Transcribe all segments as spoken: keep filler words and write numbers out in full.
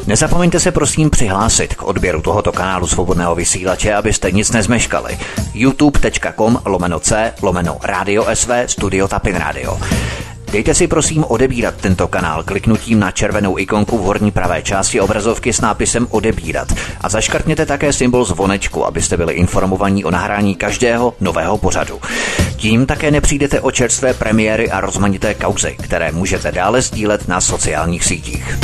Nezapomeňte se prosím přihlásit k odběru tohoto kanálu Svobodného vysílače, abyste nic nezmeškali. youtube.com lomeno c lomeno Radio S V Studio Tapin Radio. Dejte si prosím odebírat tento kanál kliknutím na červenou ikonku v horní pravé části obrazovky s nápisem odebírat a zaškrtněte také symbol zvonečku, abyste byli informovaní o nahrání každého nového pořadu. Tím také nepřijdete o čerstvé premiéry a rozmanité kauzy, které můžete dále sdílet na sociálních sítích.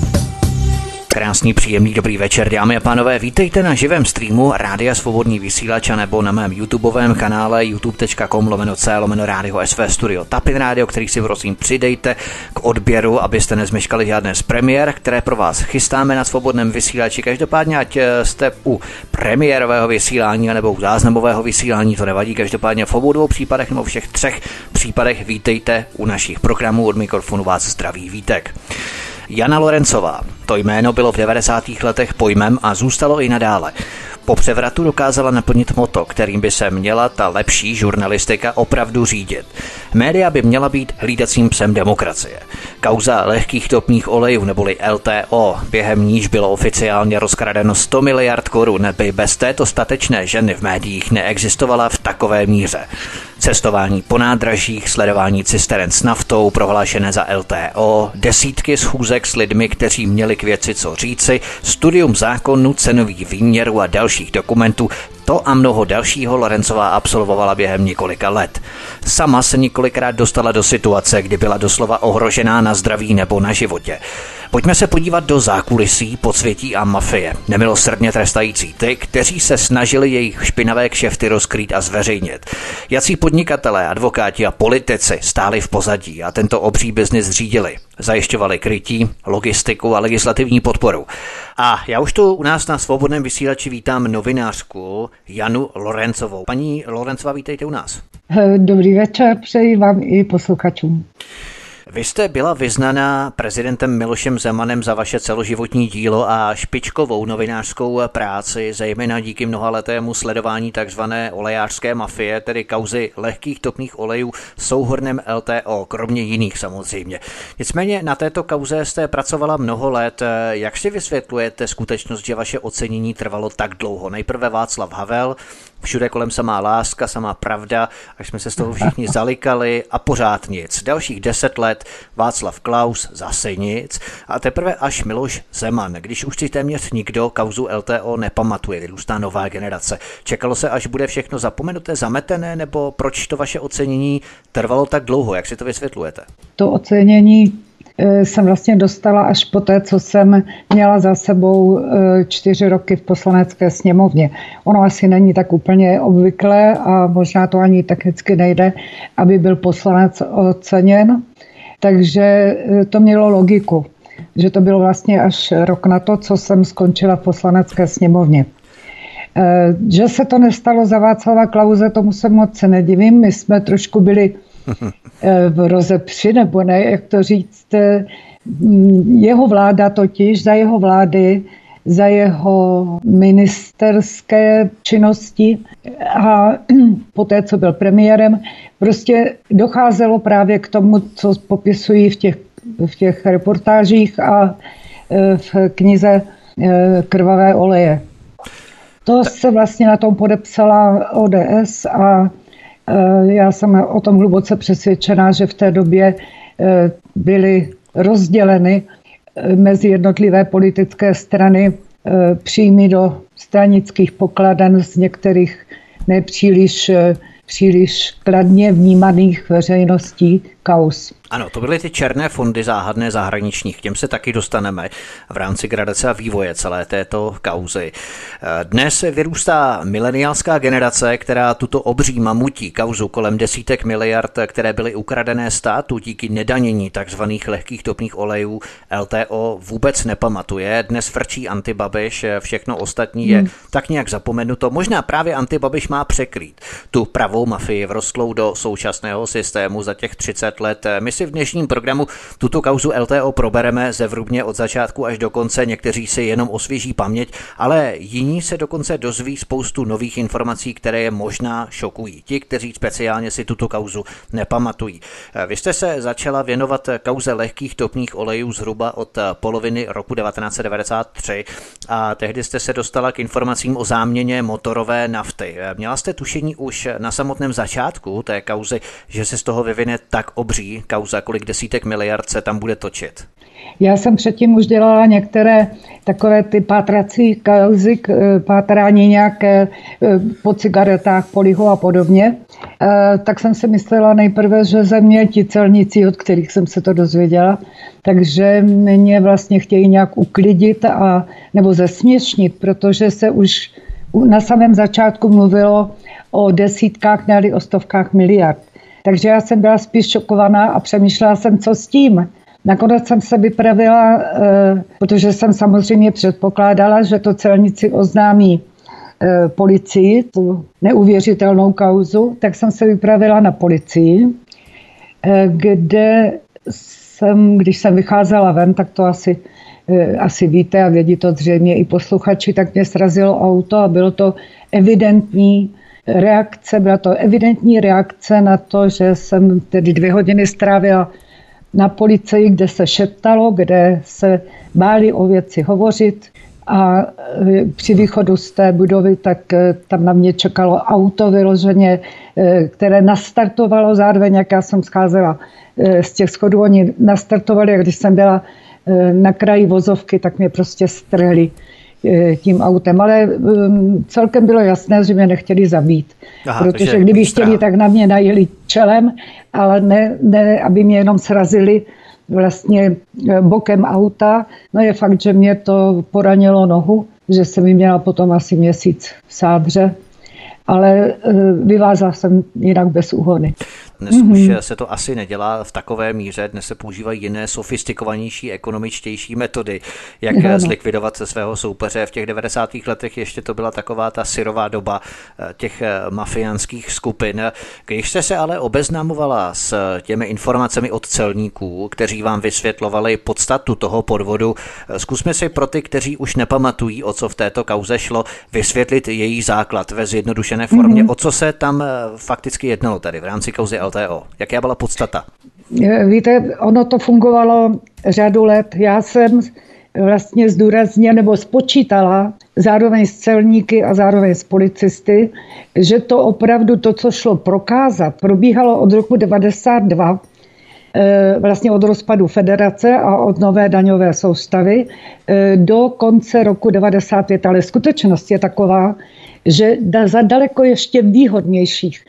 Krásný, příjemný, dobrý večer, dámy a pánové, vítejte na živém streamu Rádia Svobodný vysílač nebo na mém YouTubeovém kanále youtube.com lomeno c lomeno Radio S V Studio Tapin Radio, který si prosím přidejte k odběru, abyste nezmeškali žádné z premiér, které pro vás chystáme na Svobodném vysílači. Každopádně, ať jste u premiérového vysílání nebo u záznamového vysílání, to nevadí, každopádně v obou dvou případech nebo všech třech případech vítejte u našich programů. Od mikrofonu vás zdraví Vítek. Jana Lorencová. To jméno bylo v devadesátých letech pojmem a zůstalo i nadále. Po převratu dokázala naplnit motto, kterým by se měla ta lepší žurnalistika opravdu řídit. Média by měla být hlídacím psem demokracie. Kauza lehkých topných olejů neboli L T O, během níž bylo oficiálně rozkradeno sto miliard korun, by bez této statečné ženy v médiích neexistovala v takové míře. Cestování po nádražích, sledování cisteren s naftou prohlášené za L T O, desítky schůzek s lidmi, kteří měli k věci co říci, studium zákonů, cenových výměrů a dalších dokumentů, to a mnoho dalšího Lorencová absolvovala během několika let. Sama se několikrát dostala do situace, kdy byla doslova ohrožená na zdraví nebo na životě. Pojďme se podívat do zákulisí, podsvětí a mafie, nemilosrdně trestající ty, kteří se snažili jejich špinavé kšefty rozkrýt a zveřejnit. Jací podnikatelé, advokáti a politici stáli v pozadí a tento obří biznis řídili. Zajišťovali krytí, logistiku a legislativní podporu. A já už tu u nás na Svobodném vysílači vítám novinářku Janu Lorencovou. Paní Lorencová, vítejte u nás. Dobrý večer, přeji vám i posluchačům. Vy jste byla vyznaná prezidentem Milošem Zemanem za vaše celoživotní dílo a špičkovou novinářskou práci, zejména díky mnohaletému sledování takzvané olejářské mafie, tedy kauzy lehkých topných olejů souhrnem L T O, kromě jiných samozřejmě. Nicméně na této kauze jste pracovala mnoho let. Jak si vysvětlujete skutečnost, že vaše ocenění trvalo tak dlouho? Nejprve Václav Havel, všude kolem samá láska, samá pravda, až jsme se z toho všichni zalikali a pořád nic. Dalších deset let Václav Klaus, zase nic a teprve až Miloš Zeman, když už si téměř nikdo kauzu L T O nepamatuje, vyrůstá nová generace. Čekalo se, až bude všechno zapomenuté, zametené, nebo proč to vaše ocenění trvalo tak dlouho? Jak si to vysvětlujete? To ocenění jsem vlastně dostala až po té, co jsem měla za sebou čtyři roky v Poslanecké sněmovně. Ono asi není tak úplně obvyklé a možná to ani technicky nejde, aby byl poslanec oceněn. Takže to mělo logiku, že to bylo vlastně až rok na to, co jsem skončila v Poslanecké sněmovně. Že se to nestalo za Václava Klause, tomu se moc nedivím. My jsme trošku byli v rozepři, nebo ne, jak to říct. Jeho vláda totiž, za jeho vlády, za jeho ministerské činnosti a poté, co byl premiérem, prostě docházelo právě k tomu, co popisují v těch, v těch reportážích a v knize Krvavé oleje. To se vlastně na tom podepsala O D S a já jsem o tom hluboce přesvědčená, že v té době byly rozděleny mezi jednotlivé politické strany příjmy do stranických pokladen z některých nepříliš příliš kladně vnímaných veřejností kauz. Ano, to byly ty černé fondy záhadné zahraničních, k těm se taky dostaneme v rámci gradace a vývoje celé této kauzy. Dnes vyrůstá mileniálská generace, která tuto obří mamutí kauzu kolem desítek miliard, které byly ukradené státu díky nedanění takzvaných lehkých topných olejů L T O, vůbec nepamatuje. Dnes frčí antibabiš, všechno ostatní je hmm. tak nějak zapomenuto. Možná právě antibabiš má překrýt tu pravou mafii vrostlou do současného systému za těch třicet let. My si v dnešním programu tuto kauzu L T O probereme zevrubně od začátku až do konce. Někteří si jenom osvěží paměť, ale jiní se dokonce dozví spoustu nových informací, které je možná šokují. Ti, kteří speciálně si tuto kauzu nepamatují. Vy jste se začala věnovat kauze lehkých topných olejů zhruba od poloviny roku devatenáct set devadesát tři a tehdy jste se dostala k informacím o záměně motorové nafty. Měla jste tušení už na samotném začátku té kauzy, že se z toho vyvine tak obří kauza, kolik desítek miliard se tam bude točit? Já jsem předtím už dělala některé takové ty pátrací kauzy, pátrání nějaké po cigaretách, po lihu a podobně. Tak jsem si myslela nejprve, že ze mě ti celníci, od kterých jsem se to dozvěděla, takže mě vlastně chtějí nějak uklidit a, nebo zesměšnit, protože se už na samém začátku mluvilo o desítkách, ne o stovkách miliard. Takže já jsem byla spíš šokovaná a přemýšlela jsem, co s tím. Nakonec jsem se vypravila, protože jsem samozřejmě předpokládala, že to celníci oznámí policii, tu neuvěřitelnou kauzu, tak jsem se vypravila na policii, kde jsem, když jsem vycházela ven, tak to asi, asi víte a vědí to zřejmě i posluchači, tak mě srazilo auto a bylo to evidentní reakce, byla to evidentní reakce na to, že jsem tedy dvě hodiny strávila na policii, kde se šeptalo, kde se báli o věci hovořit a při východu z té budovy, tak tam na mě čekalo auto vyloženě, které nastartovalo zároveň, jak já jsem scházela z těch schodů, oni nastartovali a když jsem byla na kraji vozovky, tak mě prostě strhli tím autem, ale celkem bylo jasné, že mě nechtěli zabít, Aha, protože kdyby chtěli, tak na mě najeli čelem, ale ne, ne, aby mě jenom srazili vlastně bokem auta. No je fakt, že mě to poranilo nohu, že jsem mi měla potom asi měsíc v sádře, ale vyvázala jsem jinak bez úhony. Dnes mm-hmm. už se to asi nedělá v takové míře, dnes se používají jiné sofistikovanější, ekonomičtější metody, jak ano. zlikvidovat se svého soupeře. V těch devadesátých letech ještě to byla taková ta syrová doba těch mafiánských skupin. Když jste se ale obeznamovala s těmi informacemi od celníků, kteří vám vysvětlovali podstatu toho podvodu, zkusme si pro ty, kteří už nepamatují, o co v této kauze šlo, vysvětlit její základ ve zjednodušené formě. Mm-hmm. O co se tam fakticky jednalo tady v rámci kauzy L T O? Jaká byla podstata? Víte, ono to fungovalo řadu let. Já jsem vlastně zdůraznila nebo spočítala zároveň s celníky a zároveň s policisty, že to opravdu to, co šlo prokázat, probíhalo od roku devadesát dva, vlastně od rozpadu federace a od nové daňové soustavy do konce roku devadesát pět. Ale skutečnost je taková, že za daleko ještě výhodnějších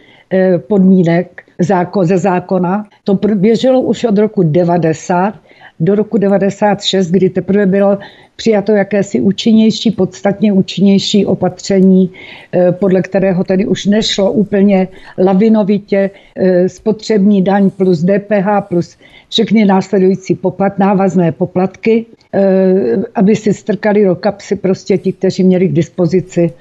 podmínek ze zákona. To běželo už od roku devadesát do roku devadesát šest, kdy teprve bylo přijato jakési účinnější, podstatně účinnější opatření, podle kterého tedy už nešlo úplně lavinovitě spotřební daň plus D P H plus všechny následující poplat, návazné poplatky, aby si strkali do kapsy prostě ti, kteří měli k dispozici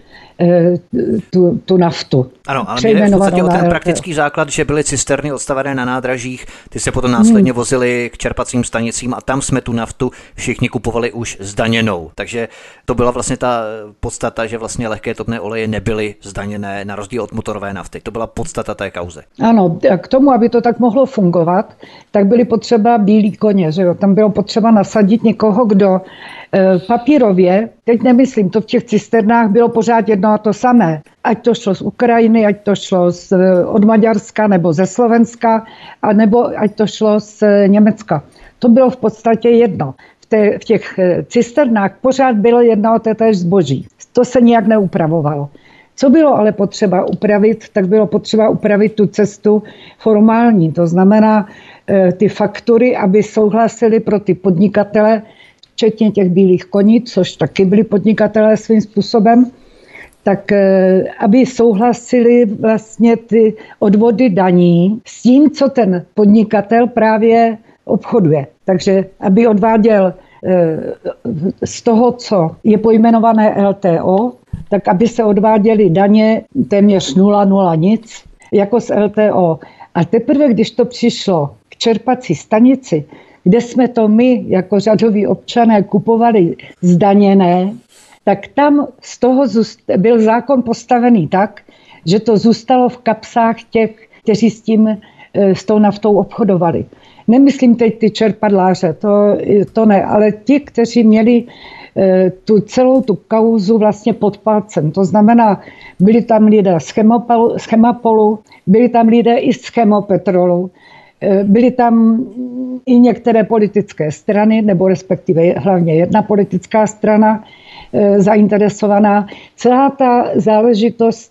Tu, tu naftu. Ano, ale jde v podstatě o ten praktický základ, že byly cisterny odstavené na nádražích, ty se potom následně hmm. vozily k čerpacím stanicím a tam jsme tu naftu všichni kupovali už zdaněnou. Takže to byla vlastně ta podstata, že vlastně lehké topné oleje nebyly zdaněné na rozdíl od motorové nafty. To byla podstata té kauzy. Ano, a k tomu, aby to tak mohlo fungovat, tak byly potřeba bílí koně, že jo? Tam bylo potřeba nasadit někoho, kdo papírově, teď nemyslím, to v těch cisternách bylo pořád jedno a to samé. Ať to šlo z Ukrajiny, ať to šlo z, od Maďarska nebo ze Slovenska, a nebo ať to šlo z Německa. To bylo v podstatě jedno. V, té, v těch cisternách pořád bylo jedno a též zboží. To se nijak neupravovalo. Co bylo ale potřeba upravit, tak bylo potřeba upravit tu cestu formální. To znamená ty faktury, aby souhlasili pro ty podnikatele, včetně těch bílých koní, což taky byli podnikatelé svým způsobem, tak aby souhlasili vlastně ty odvody daní s tím, co ten podnikatel právě obchoduje. Takže aby odváděl z toho, co je pojmenované L T O, tak aby se odváděly daně téměř nula, nula nic, jako z L T O. A teprve, když to přišlo k čerpací stanici, kde jsme to my jako řadoví občané kupovali zdaněné, tak tam z toho byl zákon postavený tak, že to zůstalo v kapsách těch, kteří s tím, s tou naftou obchodovali. Nemyslím teď ty čerpadláře, to, to ne, ale ti, kteří měli tu celou tu kauzu vlastně pod palcem. To znamená, byli tam lidé z Chemopolu, z Chemapolu, byli tam lidé i z Chemopetrolu, byly tam i některé politické strany, nebo respektive hlavně jedna politická strana zainteresovaná. Celá ta záležitost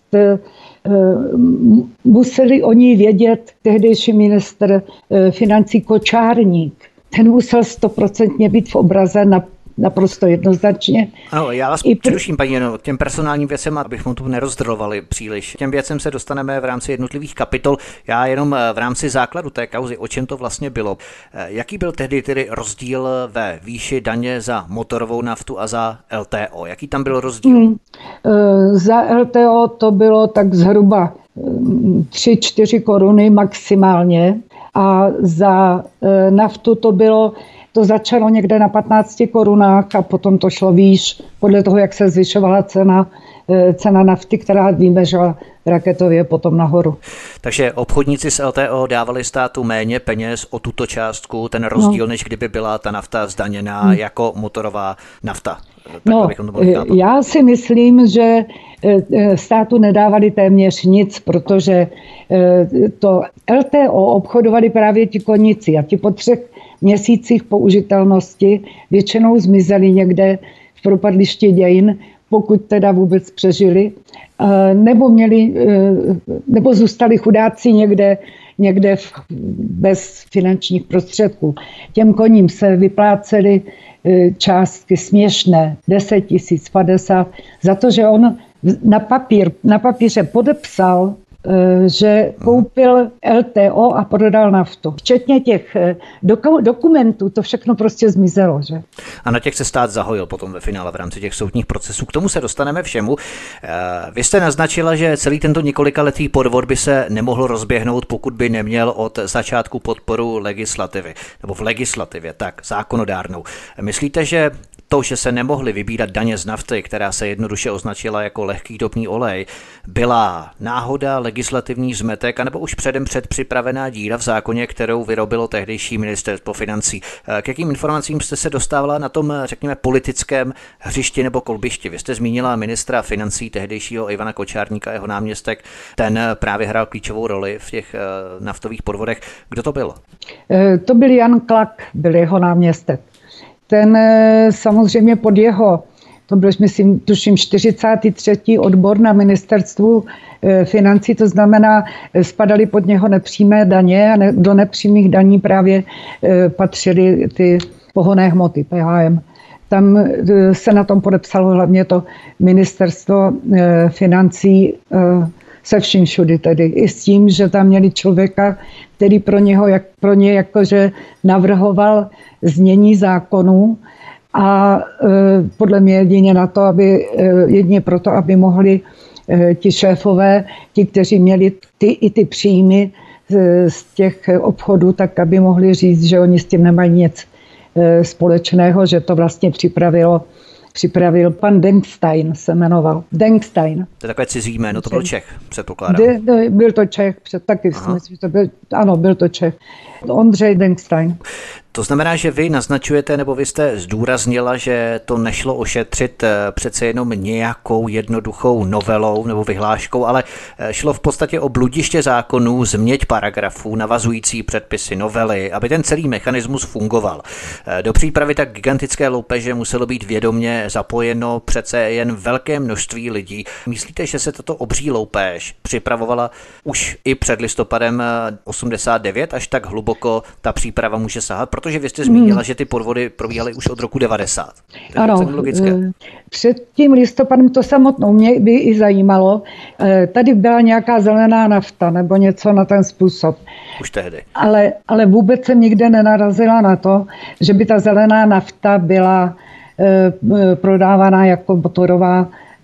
museli o ní vědět tehdejší ministr financí Kočárník. Ten musel stoprocentně být v obraze na naprosto jednoznačně. Ano, já vás přeruším, paní Jano, k těm personálním věcem, abychom tu nerozdrolovali příliš. K těm věcem se dostaneme v rámci jednotlivých kapitol. Já jenom v rámci základu té kauzy, o čem to vlastně bylo. Jaký byl tehdy tedy rozdíl ve výši daně za motorovou naftu a za L T O? Jaký tam byl rozdíl? Hmm. Za L T O to bylo tak zhruba tři čtyři koruny maximálně a za naftu to bylo To začalo někde na patnácti korunách a potom to šlo výš podle toho, jak se zvyšovala cena, cena nafty, která víme, že raketově potom nahoru. Takže obchodníci z L T O dávali státu méně peněz o tuto částku, ten rozdíl, no. než kdyby byla ta nafta zdaněná hmm. jako motorová nafta. Tak, no, já si myslím, že státu nedávali téměř nic, protože to L T O obchodovali právě ti koníci a ti po třech měsících použitelnosti většinou zmizeli někde v propadlišti dějin, pokud teda vůbec přežili, nebo, měli, nebo zůstali chudáci někde, někde v, bez finančních prostředků. Těm koním se vyplácely částky směšné, deset tisíc, padesát, za to, že on na, papír, na papíře podepsal, že koupil L T O a prodal naftu. Včetně těch doku- dokumentů, to všechno prostě zmizelo. Že? A na těch se stát zahojil potom ve finále v rámci těch soudních procesů. K tomu se dostaneme všemu. Vy jste naznačila, že celý tento několikaletý podvod by se nemohl rozběhnout, pokud by neměl od začátku podporu legislativy, nebo v legislativě, tak zákonodárnou. Myslíte, že to, že se nemohly vybírat daně z nafty, která se jednoduše označila jako lehký topný olej, byla náhoda, legislativní zmetek, anebo už předem předpřipravená díra v zákoně, kterou vyrobilo tehdejší ministerstvo financí? K jakým informacím jste se dostávala na tom, řekněme, politickém hřišti nebo kolbišti? Vy jste zmínila ministra financí tehdejšího Ivana Kočárníka, jeho náměstek, ten právě hrál klíčovou roli v těch naftových podvodech. Kdo to byl? To byl Jan Klak, byl jeho náměstek. Ten samozřejmě pod jeho, to byl, myslím, tuším čtyřicátý třetí odbor na ministerstvu financí, to znamená, spadaly pod něho nepřímé daně a do nepřímých daní právě patřily ty pohonné hmoty, P H M. Tam se na tom podepsalo hlavně to ministerstvo financí se vším všudy tedy. I s tím, že tam měli člověka, který pro něho, jak pro ně jakože navrhoval znění zákonů a e, podle mě jedině na to, aby, e, jedině proto, aby mohli e, ti šéfové, ti, kteří měli ty, i ty příjmy z, z těch obchodů, tak aby mohli říct, že oni s tím nemají nic e, společného, že to vlastně připravilo připravil pan Denkstein, se jmenoval. Denkstein. To je takové cizí jméno, to byl Čech, předpokládám. De, de, byl to Čech, před, taky si myslím, že to byl, ano, byl to Čech. Ondřej Denkstein. To znamená, že vy naznačujete, nebo vy jste zdůraznila, že to nešlo ošetřit přece jenom nějakou jednoduchou novelou nebo vyhláškou, ale šlo v podstatě o bludiště zákonů, změť paragrafů, navazující předpisy, novely, aby ten celý mechanismus fungoval. Do přípravy tak gigantické loupeže muselo být vědomě zapojeno přece jen velké množství lidí. Myslíte, že se tato obří loupež připravovala už i před listopadem osmdesát devět, až tak hluboko ta příprava může sahat? Protože vy jste zmínila, že ty podvody probíhaly už od roku devadesát. To ano, logické. Před tím listopadem to samotnou mě by i zajímalo. Tady byla nějaká zelená nafta nebo něco na ten způsob. Už tehdy. Ale, ale vůbec jsem nikde nenarazila na to, že by ta zelená nafta byla prodávaná jako motorová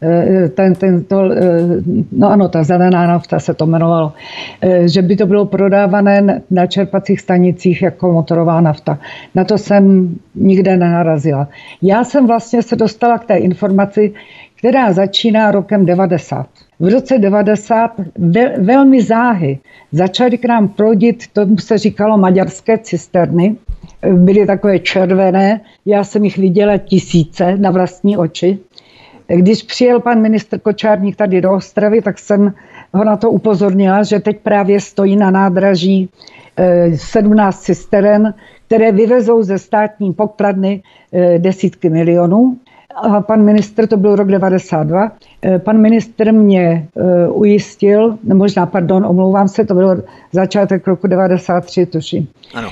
ten, ten, to, no ano, ta zelená nafta se to jmenovalo, že by to bylo prodávané na čerpacích stanicích jako motorová nafta. Na to jsem nikde nenarazila. Já jsem vlastně se dostala k té informaci, která začíná rokem devadesát. V roce devadesát ve, velmi záhy začaly k nám proudit, tomu se říkalo maďarské cisterny, byly takové červené, já jsem jich viděla tisíce na vlastní oči. Když přijel pan ministr Kočárník tady do Ostravy, tak jsem ho na to upozornila, že teď právě stojí na nádraží sedmnáct cisteren, které vyvezou ze státní pokladny desítky milionů. A pan ministr, to byl rok devadesát dva, pan ministr mě ujistil, no možná, pardon, omlouvám se, to byl začátek roku devadesát tři, tuším. Ano.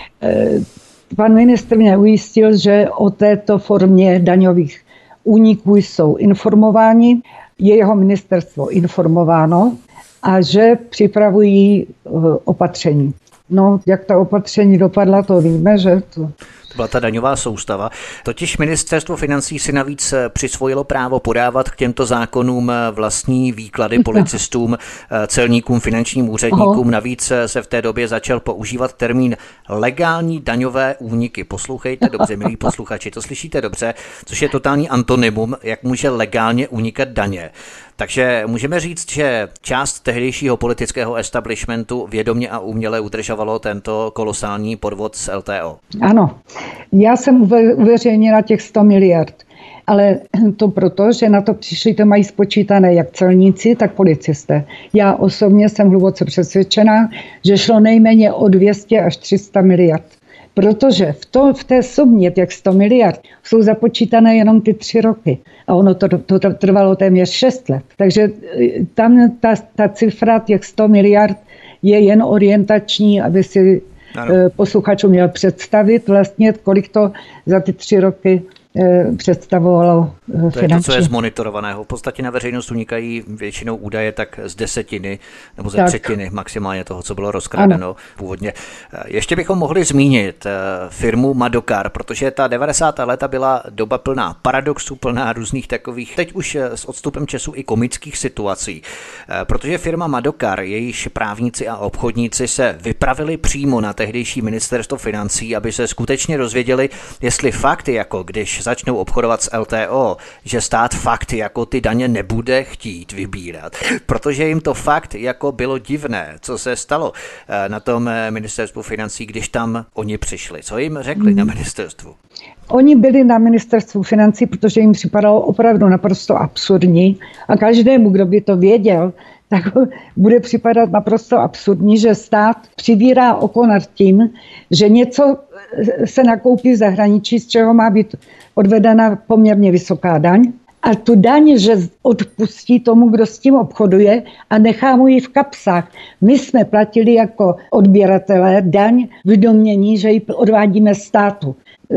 Pan ministr mě ujistil, že o této formě daňových úniků jsou informováni, je jeho ministerstvo informováno a že připravují opatření. No, jak ta opatření dopadla, to víme, že to... To byla ta daňová soustava. Totiž ministerstvo financí si navíc přisvojilo právo podávat k těmto zákonům vlastní výklady policistům, celníkům, finančním úředníkům. Navíc se v té době začal používat termín legální daňové úniky. Poslouchejte dobře, milí posluchači, to slyšíte dobře, což je totální antonymum, jak může legálně unikat daně. Takže můžeme říct, že část tehdejšího politického establishmentu vědomě a uměle udržovalo tento kolosální podvod s L T O. Ano, já jsem uveřejnila těch sto miliard, ale to proto, že na to přišli, to mají spočítané jak celníci, tak policisté. Já osobně jsem hluboce přesvědčená, že šlo nejméně o dvě stě až tři sta miliard. Protože v, to, v té sumě těch sto miliard jsou započítané jenom ty tři roky. A ono to, to, to trvalo téměř šest let. Takže tam ta, ta cifra těch sto miliard je jen orientační, aby si ano. posluchač měl představit vlastně, kolik to za ty tři roky představovalo finančně. To je to, co je zmonitorovaného. V podstatě na veřejnost unikají většinou údaje tak z desetiny nebo ze tak. třetiny maximálně toho, co bylo rozkradeno ano. původně. Ještě bychom mohli zmínit firmu Madokar, protože ta devadesátá léta byla doba plná paradoxů, plná různých takových, teď už s odstupem času i komických situací. Protože firma Madokar, jejíž právníci a obchodníci se vypravili přímo na tehdejší ministerstvo financí, aby se skutečně dozvěděli, jestli fakty, jako když začnou obchodovat s L T O, že stát fakt jako ty daně nebude chtít vybírat, protože jim to fakt jako bylo divné, co se stalo na tom ministerstvu financí, když tam oni přišli. Co jim řekli hmm. na ministerstvu? Oni byli na ministerstvu financí, protože jim připadalo opravdu naprosto absurdní a každému, kdo by to věděl, tak bude připadat naprosto absurdní, že stát přivírá oko nad tím, že něco se nakoupí v zahraničí, z čeho má být odvedena poměrně vysoká daň. A tu daň, že odpustí tomu, kdo s tím obchoduje a nechá mu ji v kapsách. My jsme platili jako odběratelé daň v domnění, že ji odvádíme státu.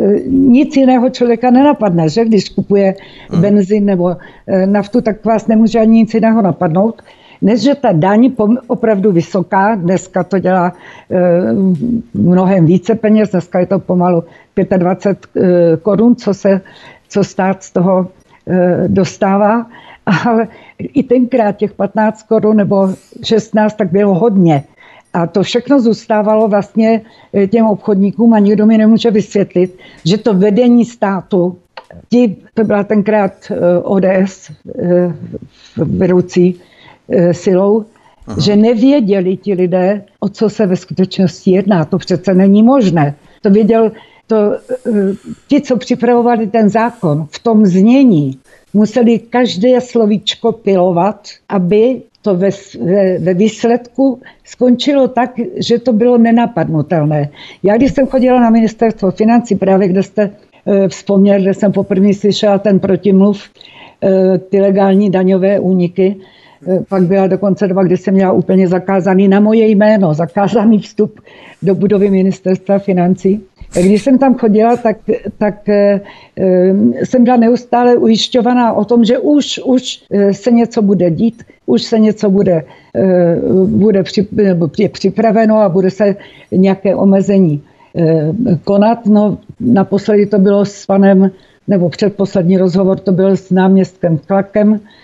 Nic jiného člověka nenapadne, že když kupuje benzín nebo naftu, tak vás nemůže ani nic jiného napadnout. Než že ta daň opravdu vysoká, dneska to dělá e, mnohem více peněz, dneska je to pomalu dvacet pět e, korun, co, se, co stát z toho e, dostává, ale i tenkrát těch patnáct korun nebo šestnáct tak bylo hodně. A to všechno zůstávalo vlastně těm obchodníkům a nikdo mi nemůže vysvětlit, že to vedení státu, ti, to byla tenkrát O D S e, vedoucí, silou, aha. že nevěděli ti lidé, o co se ve skutečnosti jedná. To přece není možné. To věděl, to, ti, co připravovali ten zákon v tom znění, museli každé slovíčko pilovat, aby to ve, ve, ve výsledku skončilo tak, že to bylo nenapadnutelné. Já, když jsem chodila na ministerstvo financí, právě kde jste e, vzpomněl, kde jsem poprvé slyšela ten protimluv, e, ty legální daňové úniky, pak byla dokonce doba, kdy jsem měla úplně zakázaný na moje jméno, zakázaný vstup do budovy ministerstva financí. Když jsem tam chodila, tak, tak e, jsem byla neustále ujišťovaná o tom, že už, už se něco bude dít, už se něco bude, e, bude při, nebo je připraveno a bude se nějaké omezení e, konat. No, naposledy to bylo s panem, nebo předposlední rozhovor to byl s náměstkem Klakem,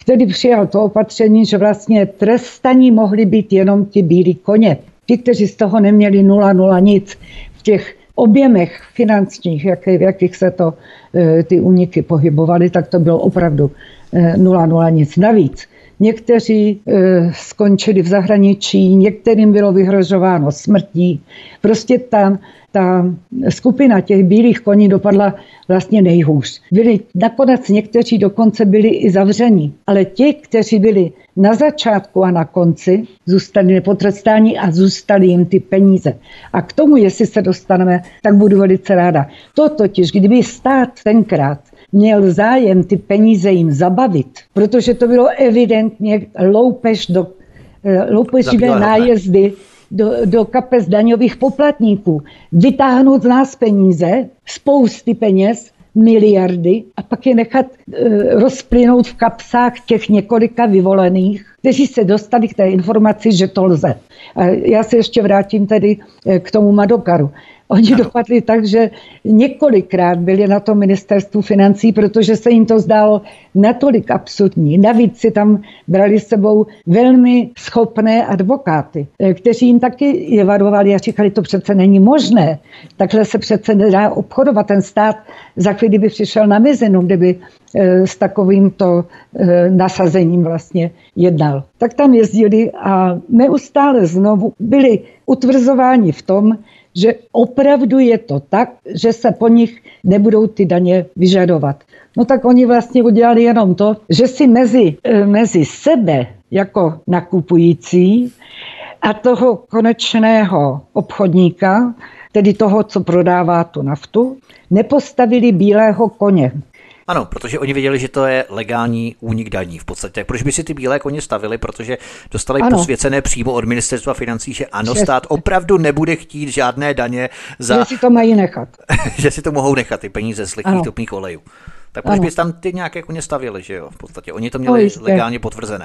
Vtedy přijal to opatření, že vlastně trestaní mohli být jenom ti bílí koně. Ti, kteří z toho neměli nula nula nic v těch objemech finančních, jak, v jakých se to, ty úniky pohybovaly, tak to bylo opravdu nula nula nic. Navíc někteří skončili v zahraničí, některým bylo vyhrožováno smrtí. Prostě ta, ta skupina těch bílých koní dopadla vlastně nejhůř. Byli, nakonec někteří dokonce byli i zavření, ale ti, kteří byli na začátku a na konci, zůstali nepotrestáni a zůstali jim ty peníze. A k tomu, jestli se dostaneme, tak budu velice ráda. To totiž, kdyby stát tenkrát měl zájem ty peníze jim zabavit, protože to bylo evidentně loupež do loupeživé nájezdy do, do kapes daňových poplatníků. Vytáhnout z nás peníze, spousty peněz, miliardy a pak je nechat e, rozplynout v kapsách těch několika vyvolených, kteří se dostali k té informaci, že to lze. A já se ještě vrátím tedy k tomu Madokaru. Oni dopadli tak, že několikrát byli na tom ministerstvu financí, protože se jim to zdálo natolik absurdní. Navíc si tam brali s sebou velmi schopné advokáty, kteří jim taky je varovali a říkali, to přece není možné. Takhle se přece nedá obchodovat. Ten stát za chvíli by přišel na mizinu, kdyby s takovýmto nasazením vlastně jednal. Tak tam jezdili a neustále znovu byli utvrzováni v tom, že opravdu je to tak, že se po nich nebudou ty daně vyžadovat. No tak oni vlastně udělali jenom to, že si mezi, mezi sebe jako nakupující a toho konečného obchodníka, tedy toho, co prodává tu naftu, nepostavili bílého koně. Ano, protože oni věděli, že to je legální únik daní v podstatě. Proč by si ty bílé koně stavili? Protože dostali ano. posvěcené přímo od ministerstva financí, že ano, Přesně. stát opravdu nebude chtít žádné daně za... Že si to mají nechat. že si to mohou nechat, ty peníze z lehkých topných olejů. Tak proč by tam ty nějaké koně stavili, že jo? V podstatě oni to měli no, legálně potvrzené.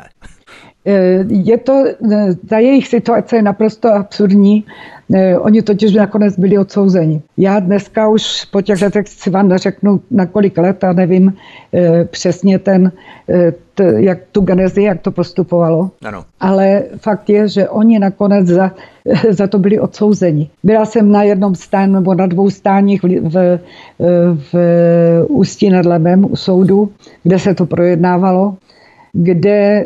Je to, ta jejich situace je naprosto absurdní. Oni totiž nakonec byli odsouzeni. Já dneska už po těch letech si vám neřeknu na kolik let a nevím přesně ten, t, jak tu genezi, jak to postupovalo. Ano. Ale fakt je, že oni nakonec za, za to byli odsouzeni. Byla jsem na jednom stáni nebo na dvou stáních v, v, v Ústí nad Labem u soudu, kde se to projednávalo, kde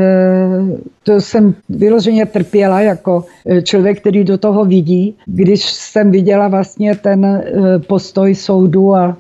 to jsem vyloženě trpěla jako člověk, který do toho vidí, když jsem viděla vlastně ten postoj soudu a,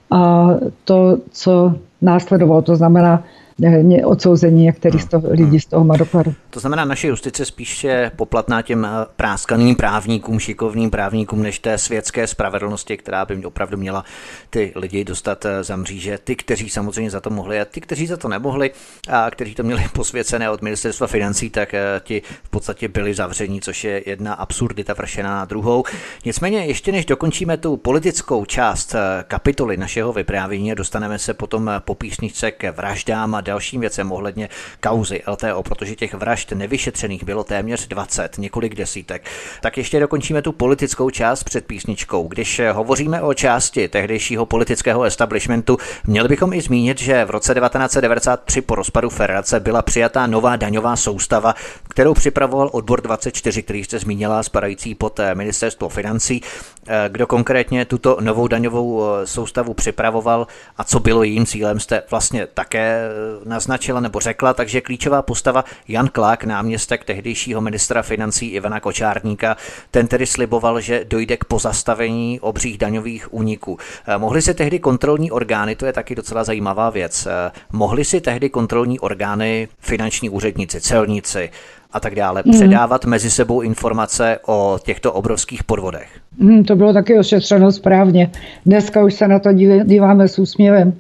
a to, co následovalo, to znamená odsouzení některých hmm. lidí z toho Madokaru. To znamená, naše justice spíše poplatná těm práskaným právníkům, šikovným právníkům, než té světské spravedlnosti, která by opravdu měla ty lidi dostat za mříže. Ty, kteří samozřejmě za to mohli a ty, kteří za to nemohli a kteří to měli posvěcené od ministerstva financí, tak ti v podstatě byli zavření, což je jedna absurdita vršená na druhou. Nicméně ještě než dokončíme tu politickou část kapitoly našeho vyprávění, dostaneme se potom po písničce k vraždám a dalším věcem ohledně kauzy L T O, protože těch vražd nevyšetřených bylo téměř dvacet, několik desítek. Tak ještě dokončíme tu politickou část před písničkou. Když hovoříme o části tehdejšího politického establishmentu, měli bychom i zmínit, že v roce devatenáct set devadesát tři po rozpadu federace byla přijatá nová daňová soustava, kterou připravoval odbor dvacet čtyři, který jste zmínila, spadající pod ministerstvo financí. Kdo konkrétně tuto novou daňovou soustavu připravoval a co bylo jejím cílem, jste vlastně také naznačila nebo řekla, takže klíčová postava Jan Klák, náměstek tehdejšího ministra financí Ivana Kočárníka, ten tedy sliboval, že dojde k pozastavení obřích daňových úniků. Mohly si tehdy kontrolní orgány, to je taky docela zajímavá věc, mohly si tehdy kontrolní orgány, finanční úředníci, celníci a tak dále, mm. předávat mezi sebou informace o těchto obrovských podvodech? Mm, to bylo taky ošetřeno správně. Dneska už se na to díváme s úsměvem.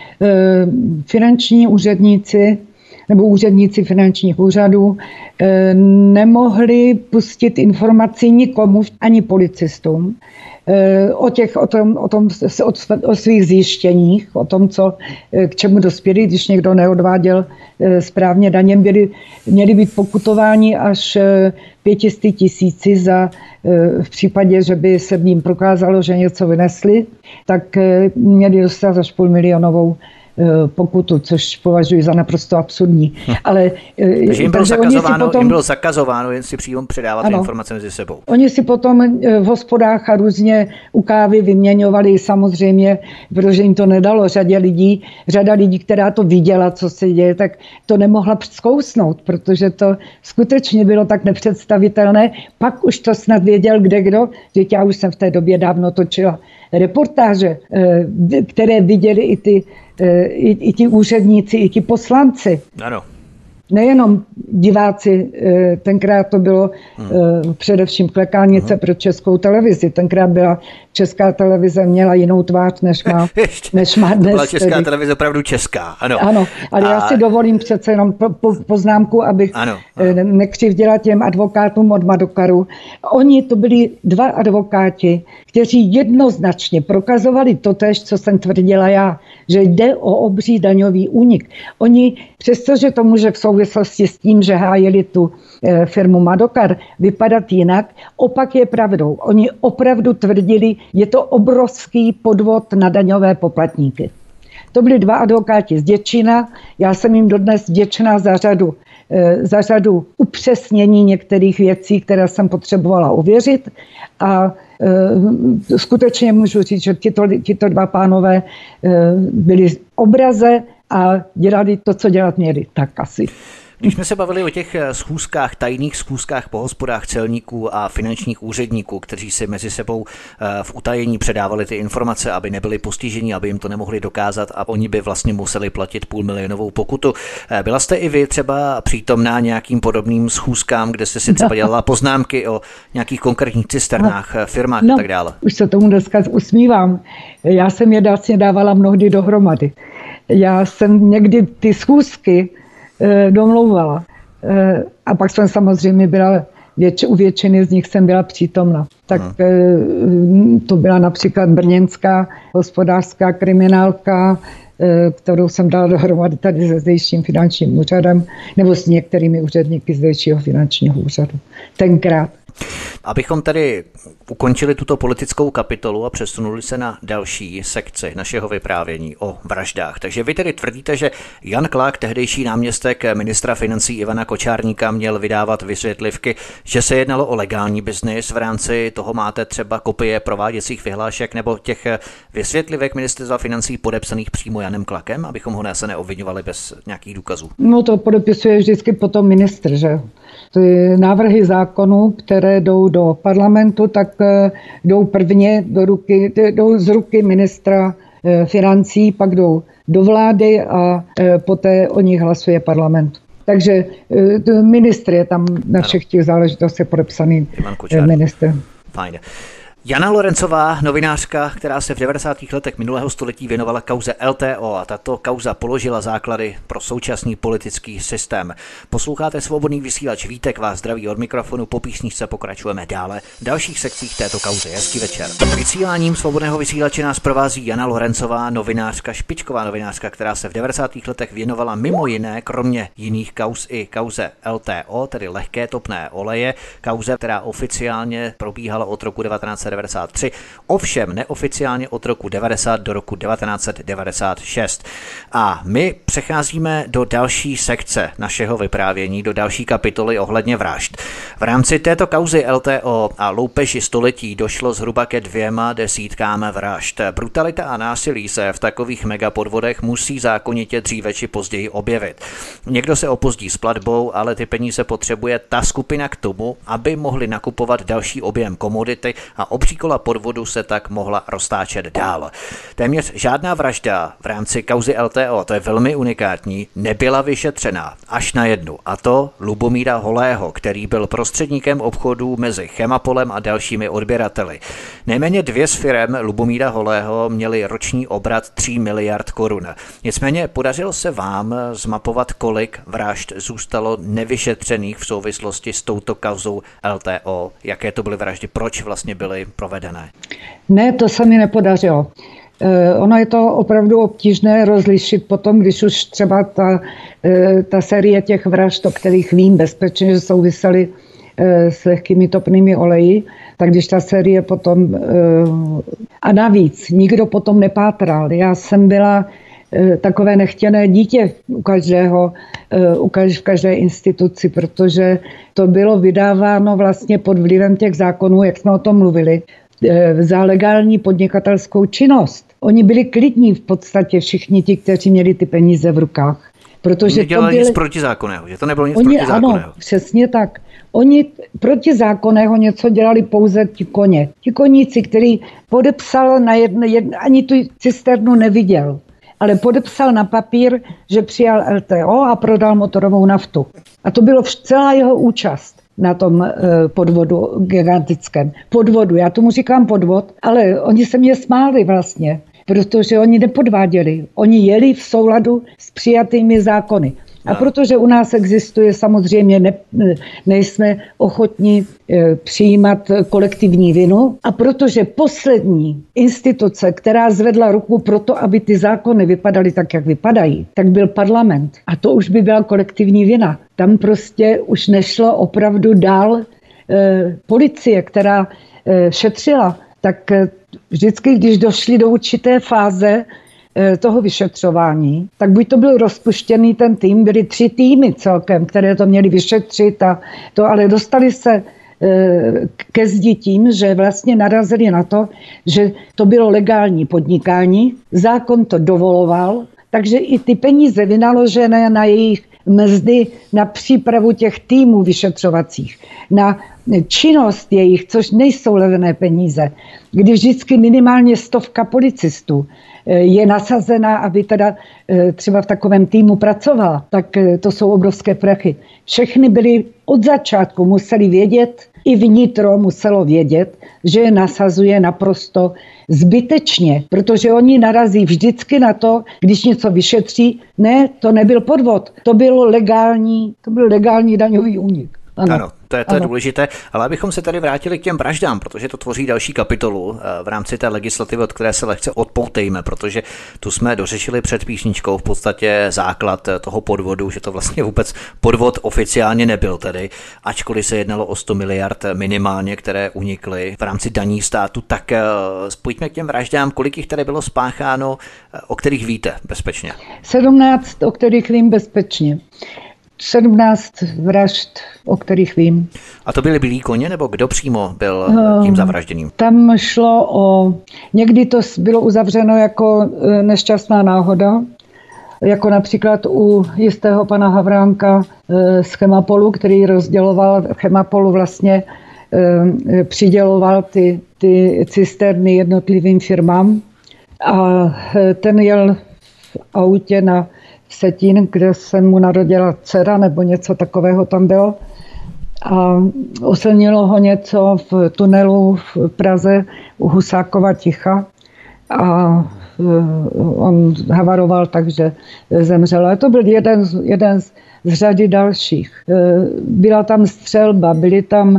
E, finanční úředníci nebo úředníci finančních úřadů e, nemohli pustit informaci nikomu, ani policistům, e, o, těch, o, tom, o, tom, o, o svých zjištěních, o tom, co, k čemu dospěli, když někdo neodváděl e, správně daně, byli, měli být pokutováni až pětisty tisíci za, e, v případě, že by se v ním prokázalo, že něco vynesli, tak e, měli dostat až půl milionovou pokutu, což považuji za naprosto absurdní. Hm. Ale, takže jim bylo, zakazováno, potom, jim bylo zakazováno jen si přímo předávat ano, informace mezi sebou. Oni si potom v hospodách a různě u kávy vyměňovali samozřejmě, protože jim to nedalo řadě lidí. Řada lidí, která to viděla, co se děje, tak to nemohla zkousnout, protože to skutečně bylo tak nepředstavitelné. Pak už to snad věděl kde kdo, že já už jsem v té době dávno točila reportáže, které viděli i ty, i, i ti úředníci, i ti poslanci. Ano. Nejenom diváci, tenkrát to bylo hmm. především klekálnice hmm. pro Českou televizi. Tenkrát byla Česká televize, měla jinou tvář, než má, než má dnes. Byla Česká tedy. televize opravdu česká, ano. Ano, ale a... já si dovolím přece jenom po, po, poznámku, abych ano, ano. nekřivdila těm advokátům od Madokaru. Oni to byli dva advokáti, kteří jednoznačně prokazovali totéž, co jsem tvrdila já, že jde o obří daňový únik. Oni, přestože to může v souvislosti s tím, že hájili tu e, firmu Madokar vypadat jinak, opak je pravdou. Oni opravdu tvrdili, je to obrovský podvod na daňové poplatníky. To byli dva advokáti z Děčína, já jsem jim dodnes vděčná za řadu, e, za řadu upřesnění některých věcí, které jsem potřebovala ověřit a e, skutečně můžu říct, že tyto, tyto dva pánové e, byli v obraze a dělali to, co dělat měli, tak asi. Když jsme se bavili o těch schůzkách, tajných schůzkách po hospodách celníků a finančních úředníků, kteří si mezi sebou v utajení předávali ty informace, aby nebyli postiženi, aby jim to nemohli dokázat a oni by vlastně museli platit půlmilionovou pokutu. Byla jste i vy třeba přítomná nějakým podobným schůzkám, kde jste si třeba dělala poznámky o nějakých konkrétních cisternách, no, firmách no, a tak dále? Už se tomu dneska usmívám. Já jsem je vlastně dávala mnohdy dohromady. Já jsem někdy ty schůzky domlouvala. A pak jsem samozřejmě byla, věč, u většiny z nich jsem byla přítomna. Tak hmm. to byla například brněnská hospodářská kriminálka, kterou jsem dala dohromady tady se zdejším finančním úřadem, nebo s některými úředníky zdejšího finančního úřadu. Tenkrát. Abychom tedy ukončili tuto politickou kapitolu a přesunuli se na další sekci našeho vyprávění o vraždách. Takže vy tedy tvrdíte, že Jan Klák, tehdejší náměstek ministra financí Ivana Kočárníka, měl vydávat vysvětlivky, že se jednalo o legální biznis. V rámci toho máte třeba kopie prováděcích vyhlášek nebo těch vysvětlivek ministerstva financí podepsaných přímo Janem Klakem, abychom ho se neobviňovali bez nějakých důkazů. No to podepisuje vždycky potom ministr, že? Ty návrhy zákonů, které jdou do parlamentu, tak jdou prvně do ruky, jdou z ruky ministra financí, pak jdou do vlády a poté o nich hlasuje parlament. Takže ministr je tam na všech těch záležitostech podepsaný ministr. Fajn. Jana Lorencová, novinářka, která se v devadesátých letech minulého století věnovala kauze L T O a tato kauza položila základy pro současný politický systém. Posloucháte Svobodný vysílač, Vítek vás zdraví od mikrofonu, po písničce pokračujeme dále v dalších sekcích této kauzy. Hezký večer. Vysíláním Svobodného vysílače nás provází Jana Lorencová, novinářka, špičková novinářka, která se v devadesátých letech věnovala mimo jiné, kromě jiných kauz i kauze L T O, tedy lehké topné oleje, kauze, která oficiálně probíhala od roku devatenáct set devadesát tři, ovšem neoficiálně od roku devadesát do roku devatenáct set devadesát šest. A my přecházíme do další sekce našeho vyprávění, do další kapitoly ohledně vražd. V rámci této kauzy L T O a loupeži století došlo zhruba ke dvěma desítkám vražd. Brutalita a násilí se v takových megapodvodech musí zákonitě dříve či později objevit. Někdo se opozdí s platbou, ale ty peníze potřebuje ta skupina k tomu, aby mohli nakupovat další objem komodity a obří kola podvodu se tak mohla roztáčet dál. Téměř žádná vražda v rámci kauzy L T O, to je velmi unikátní, nebyla vyšetřena až na jednu, a to Lubomíra Holého, který byl prostředníkem obchodů mezi Chemapolem a dalšími odběrateli. Nejméně dvě z firem Lubomíra Holého měly roční obrat tří miliard korun. Nicméně podařilo se vám zmapovat, kolik vražd zůstalo nevyšetřených v souvislosti s touto kauzou L T O? Jaké to byly vraždy? Proč vlastně byly provedené? Ne, to se mi nepodařilo. Ono je to opravdu obtížné rozlišit potom, když už třeba ta, ta série těch vražd, o kterých vím bezpečně, že souvisely s lehkými topnými oleji, tak když ta série potom... A navíc, nikdo potom nepátral. Já jsem byla takové nechtěné dítě u každého, v každé instituci, protože to bylo vydáváno vlastně pod vlivem těch zákonů, jak jsme o tom mluvili, za legální podnikatelskou činnost. Oni byli klidní v podstatě všichni ti, kteří měli ty peníze v rukách. Protože Oni dělali to byli... nic protizákonného, že to nebylo nic Oni, protizákonného. Ano, přesně tak. Oni protizákonného něco dělali pouze ti koně. Ti koníci, který podepsal na jedno, jedno, ani tu cisternu neviděl, ale podepsal na papír, že přijal L T O a prodal motorovou naftu. A to bylo celá jeho účast na tom podvodu gigantickém. Podvodu, já tomu říkám podvod, ale oni se mě smáli vlastně, protože oni nepodváděli. Oni jeli v souladu s přijatými zákony. A protože u nás existuje samozřejmě, ne, nejsme ochotní e, přijímat kolektivní vinu a protože poslední instituce, která zvedla ruku pro to, aby ty zákony vypadaly tak, jak vypadají, tak byl parlament. A to už by byla kolektivní vina. Tam prostě už nešlo opravdu dál e, policie, která e, šetřila, tak e, vždycky, když došli do určité fáze toho vyšetřování, tak buď to byl rozpuštěný ten tým, byly tři týmy celkem, které to měly vyšetřit a to, ale dostali se ke zdi tím, že vlastně narazili na to, že to bylo legální podnikání, zákon to dovoloval, takže i ty peníze vynaložené na jejich mzdy, na přípravu těch týmů vyšetřovacích, na činnost jejich, což nejsou levné peníze, kdy vždycky minimálně stovka policistů je nasazená, aby teda třeba v takovém týmu pracovala, tak to jsou obrovské prachy. Všechny byly od začátku, museli vědět, i vnitro muselo vědět, že je nasazuje naprosto zbytečně, protože oni narazí vždycky na to, když něco vyšetří, ne, to nebyl podvod, to byl legální, to byl legální daňový únik. Ano, ano, to je, to je důležité, ale abychom se tady vrátili k těm vraždám, protože to tvoří další kapitolu v rámci té legislativy, od které se lehce odpoutejme, protože tu jsme dořešili před písničkou v podstatě základ toho podvodu, že to vlastně vůbec podvod oficiálně nebyl tedy, ačkoliv se jednalo o sto miliard minimálně, které unikly v rámci daní státu, tak pojďme k těm vraždám, kolik jich tady bylo spácháno, o kterých víte bezpečně? sedmnáct, o kterých vím bezpečně. sedmnáct vražd, o kterých vím. A to byly bílí koně, nebo kdo přímo byl tím zavražděným? Tam šlo o... Někdy to bylo uzavřeno jako nešťastná náhoda, jako například u jistého pana Havránka z Chemapolu, který rozděloval, Chemapolu vlastně přiděloval ty, ty cisterny jednotlivým firmám. A ten jel v autě na Vsetín, kde se mu narodila dcera, nebo něco takového tam bylo. A oslnilo ho něco v tunelu v Praze u Husákova Ticha a on havaroval, takže zemřel. A to byl jeden, jeden z řady dalších. Byla tam střelba, byly tam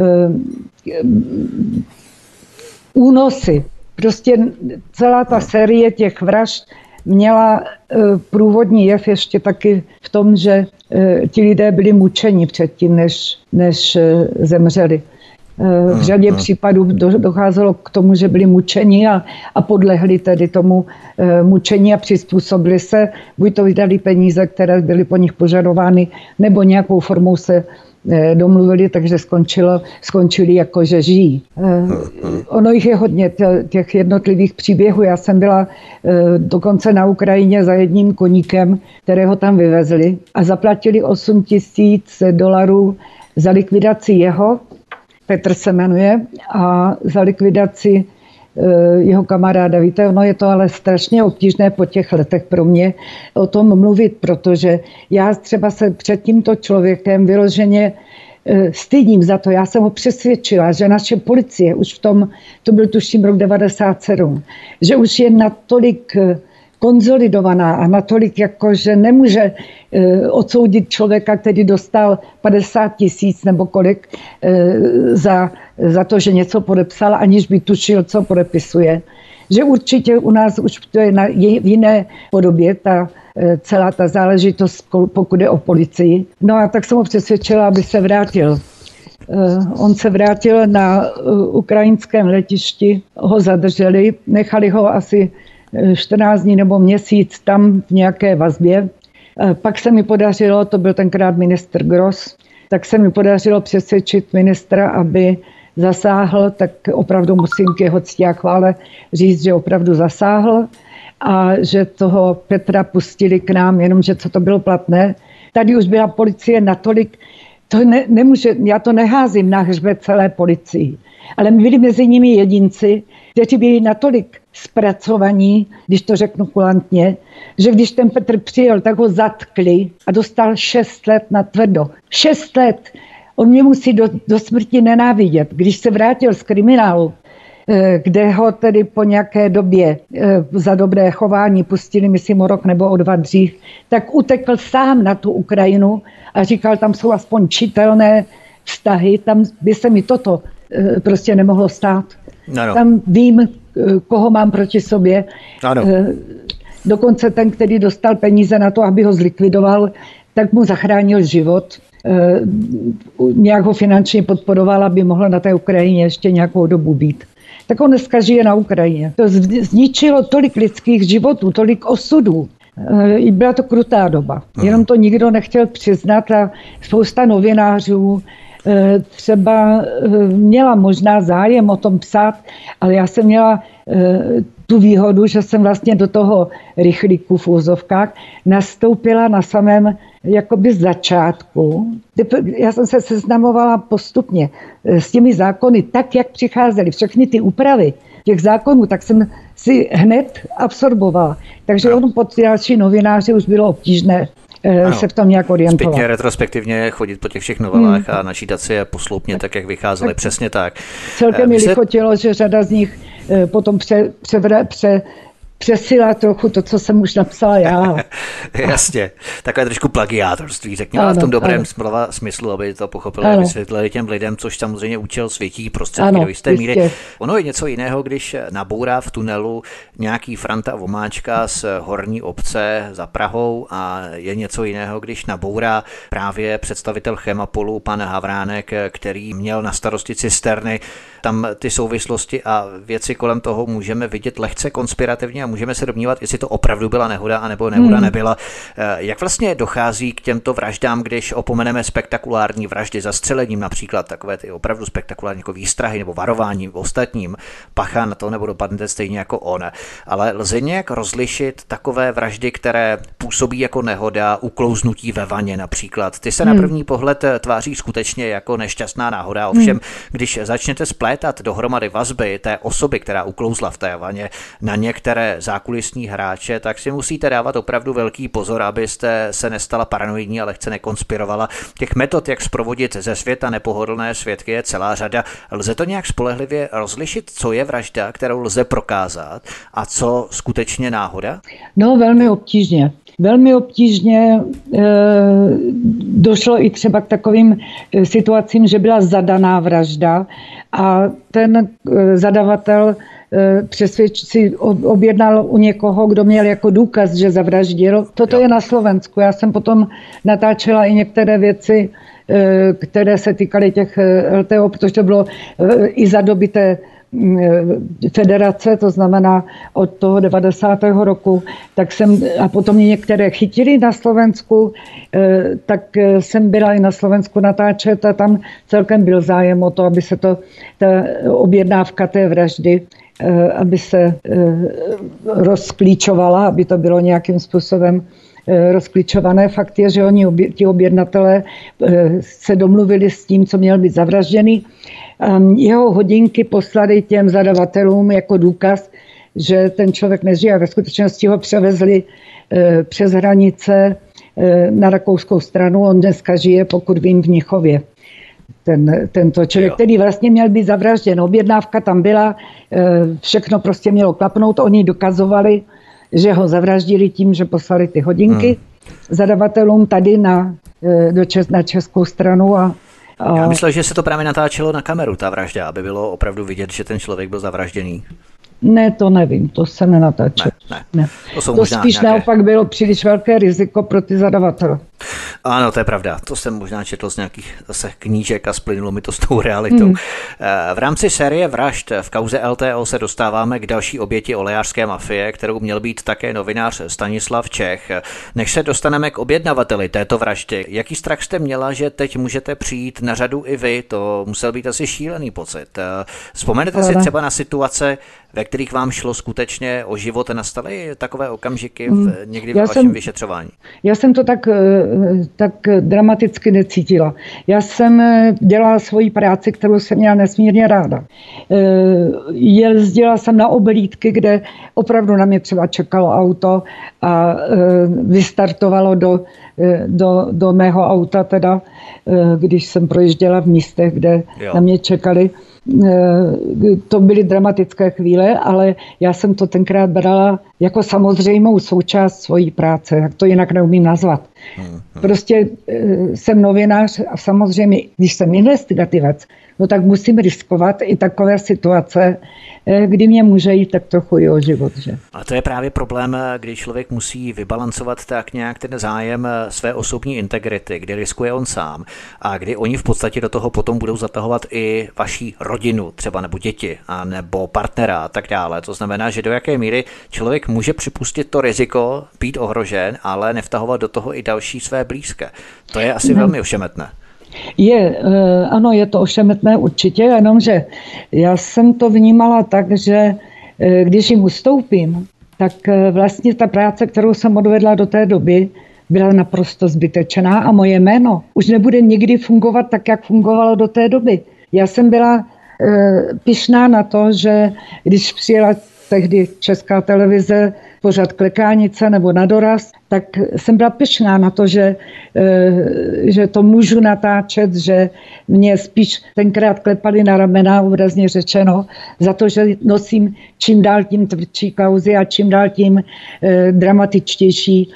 únosy. Prostě celá ta série těch vražd měla průvodní jev ještě taky v tom, že ti lidé byli mučeni předtím, než, než zemřeli. V řadě případů docházelo k tomu, že byli mučeni a, a podlehli tedy tomu mučení a přizpůsobili se. Buď to vydali peníze, které byly po nich požadovány, nebo nějakou formou se domluvili, takže skončilo, skončili jako, že žijí. Ono jich je hodně, těch jednotlivých příběhů. Já jsem byla dokonce na Ukrajině za jedním koníkem, kterého tam vyvezli a zaplatili osm tisíc dolarů za likvidaci jeho, Petr se jmenuje, a za likvidaci jeho kamaráda. Víte, ono je to ale strašně obtížné po těch letech pro mě o tom mluvit, protože já třeba se před tímto člověkem vyloženě stydím za to. Já jsem ho přesvědčila, že naše policie už v tom, to byl tuším rok devadesát sedm, že už je natolik konzolidovaná a natolik, jako, že nemůže e, odsoudit člověka, který dostal padesát tisíc nebo kolik e, za, za to, že něco podepsal, aniž by tušil, co podepisuje. Že určitě u nás už to je na, je v jiné podobě ta e, celá ta záležitost, pokud je o policii. No a tak jsem ho přesvědčila, aby se vrátil. E, on se vrátil na e, ukrajinském letišti, ho zadrželi, nechali ho asi čtrnáct dní nebo měsíc tam v nějaké vazbě. Pak se mi podařilo, to byl tenkrát ministr Gross, tak se mi podařilo přesvědčit ministra, aby zasáhl, tak opravdu musím k jeho cti a chvále říct, že opravdu zasáhl a že toho Petra pustili k nám, jenomže co to bylo platné. Tady už byla policie natolik, to ne, nemůže, já to neházím na hřbet celé policii, ale byli mezi nimi jedinci, kteří byli natolik zpracovaní, když to řeknu kulantně, že když ten Petr přijel, tak ho zatkli a dostal šest let na tvrdo. Šest let! On mě musí do, do smrti nenávidět. Když se vrátil z kriminálu, kde ho tedy po nějaké době za dobré chování pustili, myslím o rok nebo o dva dřív, tak utekl sám na tu Ukrajinu a říkal, tam jsou aspoň čitelné vztahy, tam by se mi toto prostě nemohlo stát. Ano. Tam vím, koho mám proti sobě. Ano. Dokonce ten, který dostal peníze na to, aby ho zlikvidoval, tak mu zachránil život. Nějak ho finančně podporoval, aby mohl na té Ukrajině ještě nějakou dobu být. Tak on dneska žije na Ukrajině. To zničilo tolik lidských životů, tolik osudů. Byla to krutá doba. Jenom to nikdo nechtěl přiznat a spousta novinářů třeba měla možná zájem o tom psát, ale já jsem měla tu výhodu, že jsem vlastně do toho rychlíku v úzovkách nastoupila na samém jakoby začátku. Já jsem se seznamovala postupně s těmi zákony tak, jak přicházely všechny ty úpravy těch zákonů, tak jsem si hned absorbovala. Takže no. Ono pod další novináři už bylo obtížné ano, se v tom nějak orientovat. Zpětně retrospektivně chodit po těch všech novelách hmm. a načítat si je posloupně tak, jak vycházely. Tak, přesně tak. Celkem mi lichotilo, že řada z nich potom pře, pře, pře, přesila trochu to, co jsem už napsala já. Jasně, takové trošku plagiátorství, řekněme, v tom dobrém slova smyslu, aby to pochopili a vysvětlili těm lidem, což samozřejmě účel světí prostředky do jisté míry. Ono je něco jiného, když nabourá v tunelu nějaký Franta Vomáčka z horní obce za Prahou a je něco jiného, když nabourá právě představitel Chemapolu, pan Havránek, který měl na starosti cisterny. Tam ty souvislosti a věci kolem toho můžeme vidět lehce konspirativně a můžeme se domnívat, jestli to opravdu byla nehoda, anebo nehoda hmm. nebyla. Jak vlastně dochází k těmto vraždám, když opomeneme spektakulární vraždy zastřelením, například takové ty opravdu spektakulární jako výstrahy nebo varování ostatním, pacha na to nebo dopadnete stejně jako on. Ale lze nějak rozlišit takové vraždy, které působí jako nehoda, uklouznutí ve vaně například. Ty se hmm. na první pohled tváří skutečně jako nešťastná náhoda, ovšem, hmm. když začnete splétat dohromady vazby té osoby, která uklouzla v té vaně, na některé zákulisní hráče, tak si musíte dávat opravdu velký pozor, abyste se nestala paranoidní a lehce nekonspirovala. Těch metod, jak zprovodit ze světa nepohodlné svědky, je celá řada. Lze to nějak spolehlivě rozlišit, co je vražda, kterou lze prokázat a co skutečně náhoda? No, velmi obtížně. Velmi obtížně e, došlo i třeba k takovým e, situacím, že byla zadaná vražda a ten e, zadavatel e, přesvědč, si objednal u někoho, kdo měl jako důkaz, že zavraždil. Toto jo. je na Slovensku. Já jsem potom natáčela i některé věci, e, které se týkaly těch el té ó, protože to bylo e, i za doby té federace, to znamená od toho devadesátého roku, tak jsem, a potom mě některé chytili na Slovensku, tak jsem byla i na Slovensku natáčet a tam celkem byl zájem o to, aby se to, ta objednávka té vraždy, aby se rozklíčovala, aby to bylo nějakým způsobem rozklíčované. Fakt je, že oni, ti objednatelé se domluvili s tím, co měl být zavražděný. Jeho hodinky poslali těm zadavatelům jako důkaz, že ten člověk nežije a ve skutečnosti ho převezli přes hranice na rakouskou stranu. On dneska žije, pokud vím, v Mnichově. Ten, tento člověk, jo. který vlastně měl být zavražděn. Objednávka tam byla, všechno prostě mělo klapnout. Oni dokazovali, že ho zavraždili tím, že poslali ty hodinky hmm. zadavatelům tady na, do Čes, na českou stranu a Já myslel, že se to právě natáčelo na kameru, ta vražda, aby bylo opravdu vidět, že ten člověk byl zavražděný. Ne, to nevím, to se nenatáčelo. Ne, ne. ne. To, jsou to spíš nějaké... naopak bylo příliš velké riziko pro ty zadavatele. Ano, to je pravda. To jsem možná četl z nějakých zase knížek a splynulo mi to s tou realitou. Hmm. V rámci série vražd v kauze L T O se dostáváme k další oběti olejářské mafie, kterou měl být také novinář Stanislav Čech. Než se dostaneme k objednavateli této vraždy, jaký strach jste měla, že teď můžete přijít na řadu i vy? To musel být asi šílený pocit. Vzpomenete si třeba na situace, ve kterých vám šlo skutečně o život, nastaly takové okamžiky v, někdy v já vašem jsem, vyšetřování? Já jsem to tak, tak dramaticky necítila. Já jsem dělala svoji práci, kterou jsem měla nesmírně ráda. Jezdila jsem na obelítky, kde opravdu na mě třeba čekalo auto a vystartovalo do, do, do mého auta, teda, když jsem projížděla v místech, kde jo. na mě čekali. To byly dramatické chvíle, ale já jsem to tenkrát brala jako samozřejmou součást svojí práce, jak to jinak neumím nazvat. Prostě jsem novinář a samozřejmě, když jsem investigativec, no tak musím riskovat i takové situace, kdy mě může jít tak trochu i o život. Že? A to je právě problém, kdy člověk musí vybalancovat tak nějak ten zájem své osobní integrity, kdy riskuje on sám a kdy oni v podstatě do toho potom budou zatahovat i vaší rodinu, třeba nebo děti, a nebo partnera a tak dále. To znamená, že do jaké míry člověk může připustit to riziko, být ohrožen, ale nevtahovat do toho i další své blízké. To je asi no. velmi ošemetné. Je, ano, je to ošemetné určitě, jenomže já jsem to vnímala tak, že když jim ustoupím, tak vlastně ta práce, kterou jsem odvedla do té doby, byla naprosto zbytečná a moje jméno už nebude nikdy fungovat tak, jak fungovalo do té doby. Já jsem byla pyšná na to, že když přijela tehdy Česká televize, pořad Klekánice nebo Na doraz, tak jsem byla pyšná na to, že, že to můžu natáčet, že mě spíš tenkrát klepali na ramena, obrazně řečeno, za to, že nosím čím dál tím tvrdší kauzy a čím dál tím dramatičtější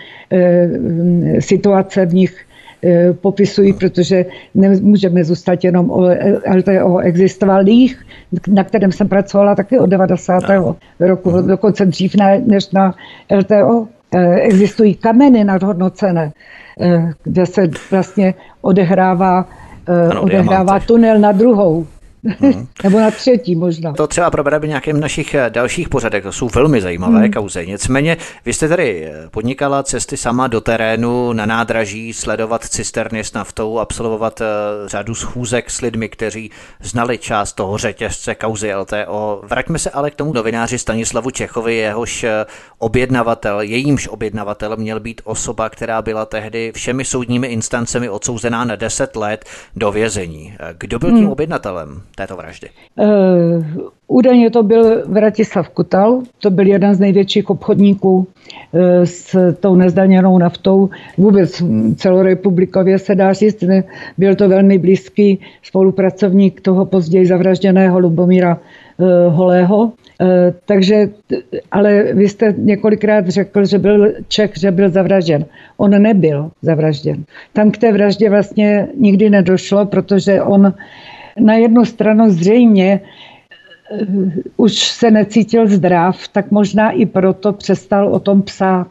situace v nich popisují, protože nemůžeme zůstat jenom o L T O. Existoval líh, na kterém jsem pracovala taky od devadesátého roku, dokonce dřív než na L T O. Existují kameny nadhodnocené, kde se vlastně odehrává, ano, odehrává tunel na druhou. Hmm. Nebo na třetí možná. To třeba probereme v nějakém našich dalších pořadech, to jsou velmi zajímavé hmm. kauzy. Nicméně vy jste tady podnikala cesty sama do terénu, na nádraží, sledovat cisterny s naftou, absolvovat řadu schůzek s lidmi, kteří znali část toho řetězce kauzy L T O. Vraťme se ale k tomu novináři Stanislavu Čechovi, jehož objednavatel, jejímž objednavatel měl být osoba, která byla tehdy všemi soudními instancemi odsouzená na deset let do vězení. Kdo byl tím hmm. objednatelem této vraždy? Uh, údajně to byl Vratislav Kutal, to byl jeden z největších obchodníků uh, s tou nezdaněnou naftou. Vůbec celorepublikově se dá říct, ne, byl to velmi blízký spolupracovník toho později zavražděného Lubomíra uh, Holého. Uh, takže, ale vy jste několikrát řekl, že byl Čech, že byl zavražděn. On nebyl zavražděn. Tam k té vraždě vlastně nikdy nedošlo, protože on na jednu stranu zřejmě uh, už se necítil zdrav, tak možná i proto přestal o tom psát.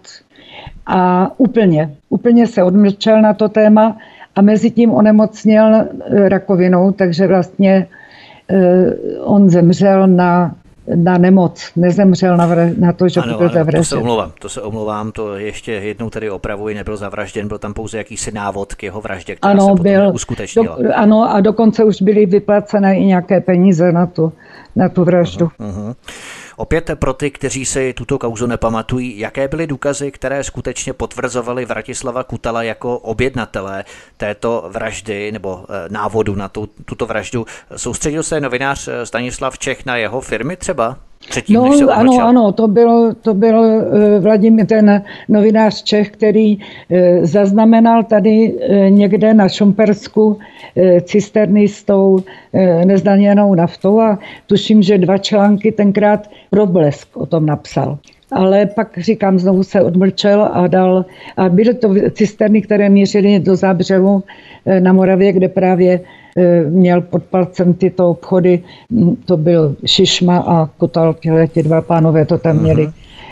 A úplně, úplně se odmlčel na to téma a mezi tím onemocněl uh, rakovinou, takže vlastně uh, on zemřel na na nemoc, nezemřel na, vra- na to, že ano, byl zavražděn. To se omlouvám, to se omlouvám, to ještě jednou tady opravuji, nebyl zavražděn, byl tam pouze jakýsi návod k jeho vraždě, která ano, se potom byl, uskutečnila. Do, ano, a dokonce už byly vyplacené i nějaké peníze na tu, na tu vraždu. Uh-huh, uh-huh. Opět pro ty, kteří si tuto kauzu nepamatují, jaké byly důkazy, které skutečně potvrzovaly Vratislava Kutala jako objednatele této vraždy nebo návodu na tu, tuto vraždu? Soustředil se novinář Stanislav Čech na jeho firmy třeba? Předtím, no ano, ano, to byl, to byl uh, Vladimír, ten novinář Čech, který uh, zaznamenal tady uh, někde na Šumpersku uh, cisterny s tou uh, nezdaněnou naftou a tuším, že dva články tenkrát Problesk o tom napsal. Ale pak, říkám, znovu se odmlčel a dal, a byly to cisterny, které mířily do Zábřehu uh, na Moravě, kde právě měl pod palcem tyto obchody, to byl Šišma a Kutal, ti dva pánové to tam měli.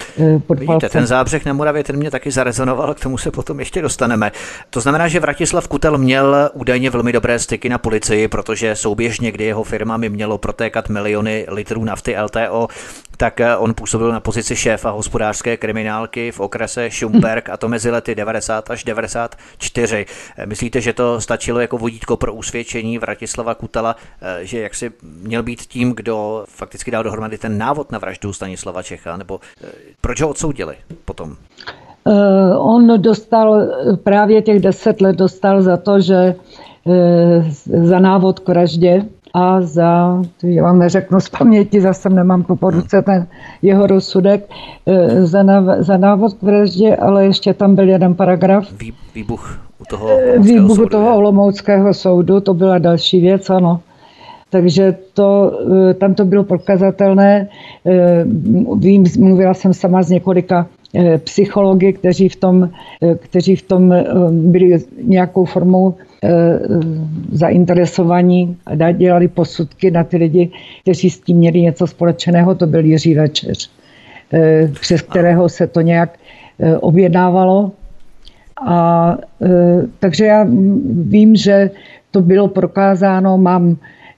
pod Vidíte, palcem. ten Zábřeh na Moravě, ten mě taky zarezonoval, k tomu se potom ještě dostaneme. To znamená, že Vratislav Kutal měl údajně velmi dobré styky na policii, protože souběžně, kdy jeho firma mi mělo protékat miliony litrů nafty L T O, tak on působil na pozici šéfa hospodářské kriminálky v okrese Šumperk, a to mezi lety devadesát až devadesát čtyři. Myslíte, že to stačilo jako vodítko pro usvědčení Vratislava Kutala, že jaksi měl být tím, kdo fakticky dal dohromady ten návod na vraždu Stanislava Čecha, nebo proč ho odsoudili potom? Uh, on dostal právě těch deset let dostal za to, že uh, za návod k vraždě a za, já vám neřeknu z paměti, zase nemám tu po ruce ten jeho rozsudek, uh, za, nav, za návod k vraždě, ale ještě tam byl jeden paragraf. Vý, výbuch u toho Výbuch soudu, toho Olomouckého soudu, to byla další věc, ano. Takže to, tam to bylo prokazatelné. Vím, mluvila jsem sama s několika psychologi, kteří v tom, kteří v tom byli nějakou formou zainteresovaní a dělali posudky na ty lidi, kteří s tím měli něco společného. To byl Jiří Večeř, přes kterého se to nějak objednávalo. A takže já vím, že to bylo prokázáno, mám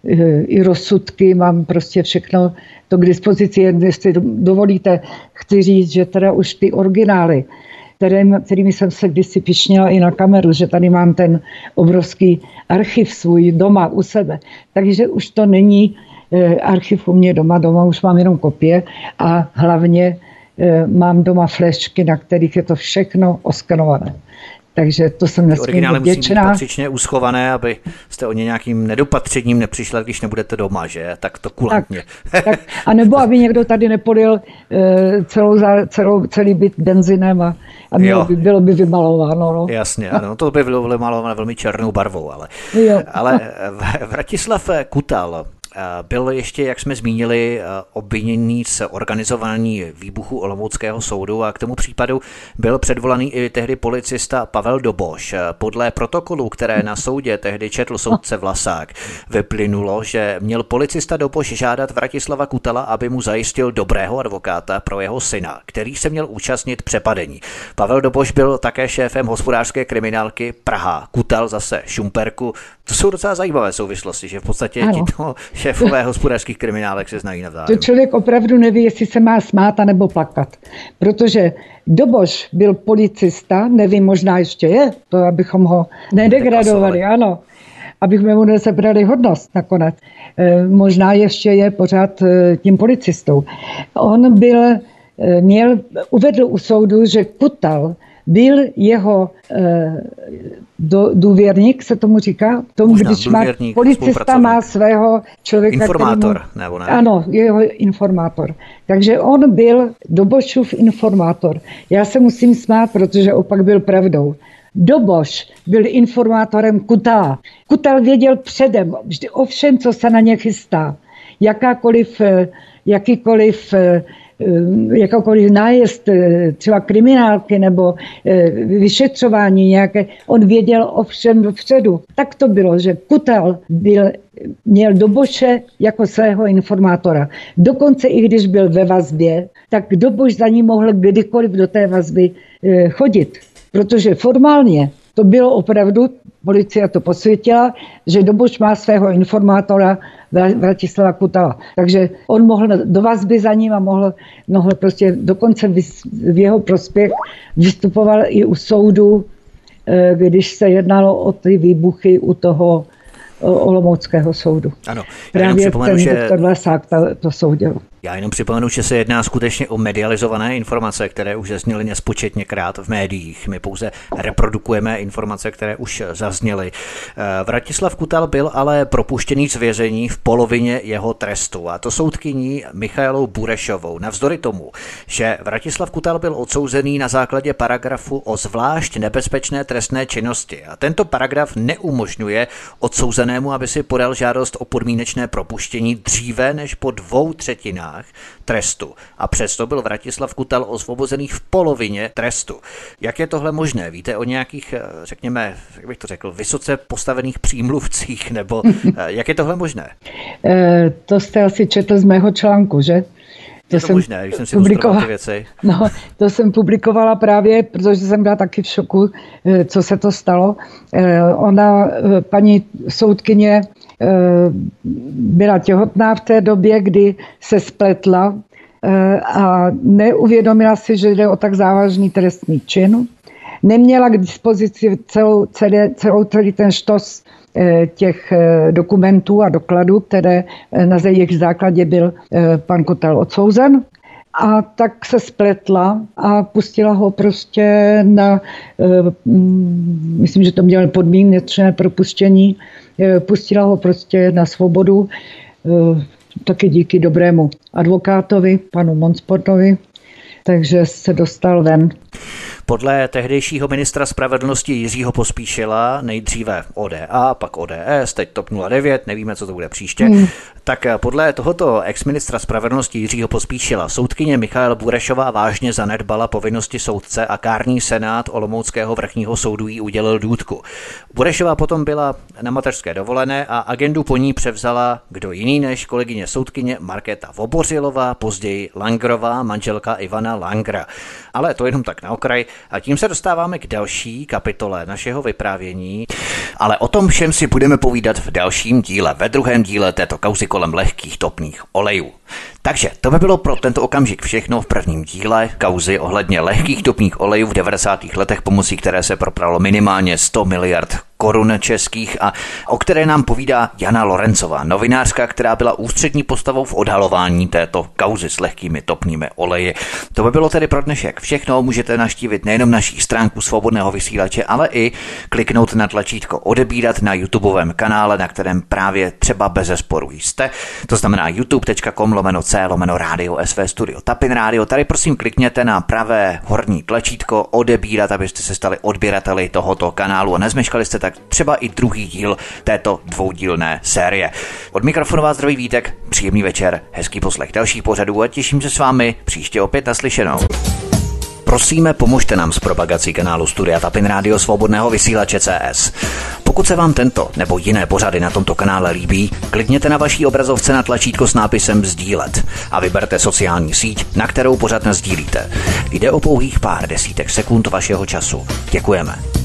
i rozsudky, mám prostě všechno to k dispozici. Jestli dovolíte, chci říct, že teda už ty originály, kterými, kterými jsem se kdysi pyšnila i na kameru, že tady mám ten obrovský archiv svůj doma u sebe. Takže už to není archiv u mě doma, doma už mám jenom kopie a hlavně mám doma flešky, na kterých je to všechno oskanované. Takže to jsem nesmírně vděčná. Musí být patřičně uschované, aby jste o ně nějakým nedopatřením nepřišli, když nebudete doma, že? Tak to kulantně. Tak, tak. A nebo aby někdo tady nepolil uh, celou, celou, celý byt benzinem a, a bylo, by, bylo by vymalováno. No. Jasně, ano, to by bylo vymalováno velmi černou barvou, ale, ale Vratislav Kutal byl ještě, jak jsme zmínili, obviněný z organizování výbuchu Olomouckého soudu a k tomu případu byl předvolaný i tehdy policista Pavel Doboš. Podle protokolu, které na soudě tehdy četl soudce Vlasák, vyplynulo, že měl policista Doboš žádat Vratislava Kutala, aby mu zajistil dobrého advokáta pro jeho syna, který se měl účastnit přepadení. Pavel Doboš byl také šéfem hospodářské kriminálky Praha, Kutal zase Šumperku. To jsou docela zajímavé souvislosti, že v podstatě tito šéfové hospodářských kriminálek se znají navzájem. To člověk opravdu neví, jestli se má smát a nebo plakat. Protože Doboš byl policista, nevím, možná ještě je, to abychom ho nedegradovali, ano. Abychom mu nesebrali hodnost nakonec. E, možná ještě je pořád e, tím policistou. On byl, e, měl, uvedl u soudu, že Kutal byl jeho e, do, důvěrník, se tomu říká, tomu, možná, když má, policista má svého člověka, informátor, kterému, nebo ne? Ano, jeho informátor. Takže on byl Dobošův informátor. Já se musím smát, protože opak byl pravdou. Doboš byl informátorem Kutala. Kutal věděl předem vždy o všem, co se na ně chystá. Jakákoliv, jakýkoliv jakákoliv nájezd třeba kriminálky nebo vyšetřování nějaké, on věděl o všem dopředu. Tak to bylo, že Kutal byl, měl Doboše jako svého informátora. Dokonce i když byl ve vazbě, tak Doboš za ním mohl kdykoliv do té vazby chodit. Protože formálně to bylo opravdu, policie to posvětila, že Doboš má svého informátora Vratislava Kutala. Takže on mohl do vazby za ním a mohl, mohl prostě dokonce v jeho prospěch vystupoval i u soudu, když se jednalo o ty výbuchy u toho Olomouckého soudu. Ano, právě ten že... doktor Vlasák to, to soudil. Já jenom připomenu, že se jedná skutečně o medializované informace, které už zazněly nespočetněkrát v médiích. My pouze reprodukujeme informace, které už zazněly. Vratislav Kutal byl ale propuštěný z vězení v polovině jeho trestu, a to soudkyní Michailou Burešovou. Navzdory tomu, že Vratislav Kutal byl odsouzený na základě paragrafu o zvlášť nebezpečné trestné činnosti. A tento paragraf neumožňuje odsouzenému, aby si podal žádost o podmínečné propuštění dříve než po dvou třetinách trestu. A přesto byl Vratislav Kutal osvobozený v polovině trestu. Jak je tohle možné? Víte o nějakých, řekněme, jak bych to řekl, vysoce postavených přímluvcích, nebo jak je tohle možné? E, to jste asi četl z mého článku, že? to, to jsem možné, když jsem si publikovala ty věci. No, to jsem publikovala právě, protože jsem byla taky v šoku, co se to stalo. Ona, paní soudkyně, byla těhotná v té době, kdy se spletla a neuvědomila si, že jde o tak závažný trestný čin. Neměla k dispozici celou, celé, celou celý ten štos těch dokumentů a dokladů, které na jejich základě byl pan Kotel odsouzen. A tak se spletla a pustila ho prostě na, myslím, že to měl podmínečné propuštění, pustila ho prostě na svobodu, taky díky dobrému advokátovi, panu Monsportovi, takže se dostal ven. Podle tehdejšího ministra spravedlnosti Jiřího Pospíšila, nejdříve O D A, pak O D S, teď TOP nula devět, nevíme, co to bude příště, hmm. tak podle tohoto exministra spravedlnosti Jiřího Pospíšila soudkyně Michaela Burešová vážně zanedbala povinnosti soudce a kárný senát Olomouckého vrchního soudu jí udělil důtku. Burešová potom byla na mateřské dovolené a agendu po ní převzala kdo jiný než kolegyně soudkyně Markéta Vobořilová, později Langrová, manželka Ivana Langra. Ale to jenom tak na okraj. A tím se dostáváme k další kapitole našeho vyprávění, ale o tom všem si budeme povídat v dalším díle, ve druhém díle této kauzy kolem lehkých topných olejů. Takže to by bylo pro tento okamžik všechno v prvním díle kauzy ohledně lehkých topných olejů v devadesátých letech, pomocí které se propralo minimálně sto miliard korun českých a o které nám povídá Jana Lorencová, novinářka, která byla ústřední postavou v odhalování této kauzy s lehkými topnými oleji. To by bylo tedy pro dnešek všechno. Můžete navštívit nejenom naší stránku Svobodného vysílače, ale i kliknout na tlačítko odebírat na YouTubeovém kanále, na kterém právě třeba bezesporu jste. To znamená youtube tečka com lomeno c lomeno rádio S V Studio Tapin Radio. Tady prosím klikněte na pravé horní tlačítko odebírat, abyste se stali odběrateli tohoto kanálu a nezmeškali jste tak třeba i druhý díl této dvoudílné série. Od mikrofonu vás zdraví Vítek, příjemný večer, hezký poslech dalších pořadů a těším se s vámi příště opět naslyšenou. Prosíme, pomožte nám s propagací kanálu Studia Tapin Radio Svobodného vysílače C S. Pokud se vám tento nebo jiné pořady na tomto kanále líbí, klikněte na vaší obrazovce na tlačítko s nápisem sdílet a vyberte sociální síť, na kterou pořad nasdílíte. Jde o pouhých pár desítek sekund vašeho času. Děkujeme.